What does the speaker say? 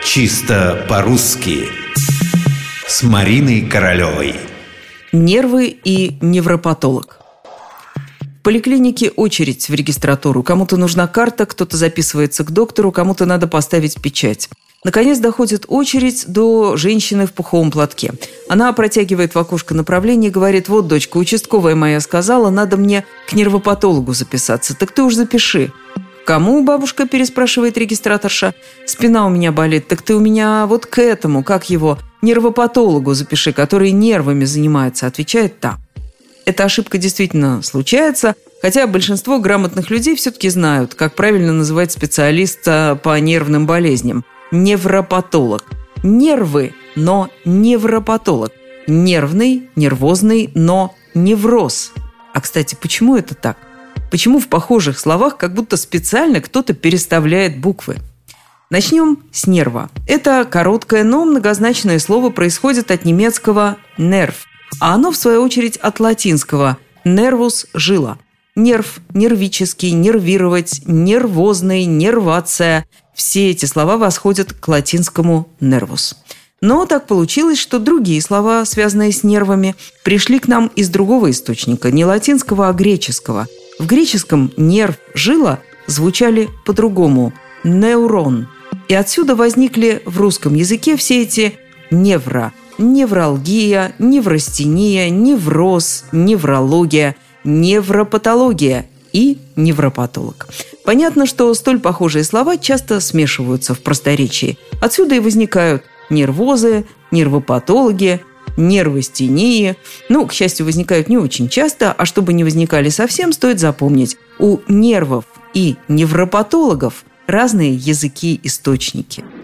Чисто по-русски с Мариной Королевой. Нервы и невропатолог. В поликлинике очередь в регистратуру. Кому-то нужна карта, кто-то записывается к доктору, кому-то надо поставить печать. Наконец доходит очередь до женщины в пуховом платке. Она протягивает в окошко направление и говорит: «Вот, дочка, участковая моя сказала, надо мне к нервопатологу записаться. Так ты уж запиши». «Кому, бабушка?» – переспрашивает регистраторша. «Спина у меня болит. Так ты у меня вот к этому, как его, нервопатологу запиши, который нервами занимается», – отвечает та. Эта ошибка действительно случается, хотя большинство грамотных людей все-таки знают, как правильно называть специалиста по нервным болезням. Невропатолог. Нервы, но невропатолог. Нервный, нервозный, но невроз. А, кстати, почему это так? Почему в похожих словах как будто специально кто-то переставляет буквы? Начнем с нерва. Это короткое, но многозначное слово происходит от немецкого «нерв», а оно, в свою очередь, от латинского «nervus» – «жила». Нерв, нервический, нервировать, нервозный, нервация – все эти слова восходят к латинскому «nervus». Но так получилось, что другие слова, связанные с нервами, пришли к нам из другого источника, не латинского, а греческого. В греческом «нерв», «жила» звучали по-другому – «неурон». И отсюда возникли в русском языке все эти «невро», невралгия, неврастения, невроз, неврология, невропатология и невропатолог. Понятно, что столь похожие слова часто смешиваются в просторечии. Отсюда и возникают нервозы, нервопатологи, нервастении. К счастью, возникают не очень часто, а чтобы не возникали совсем, стоит запомнить: у нервов и невропатологов разные языки-источники.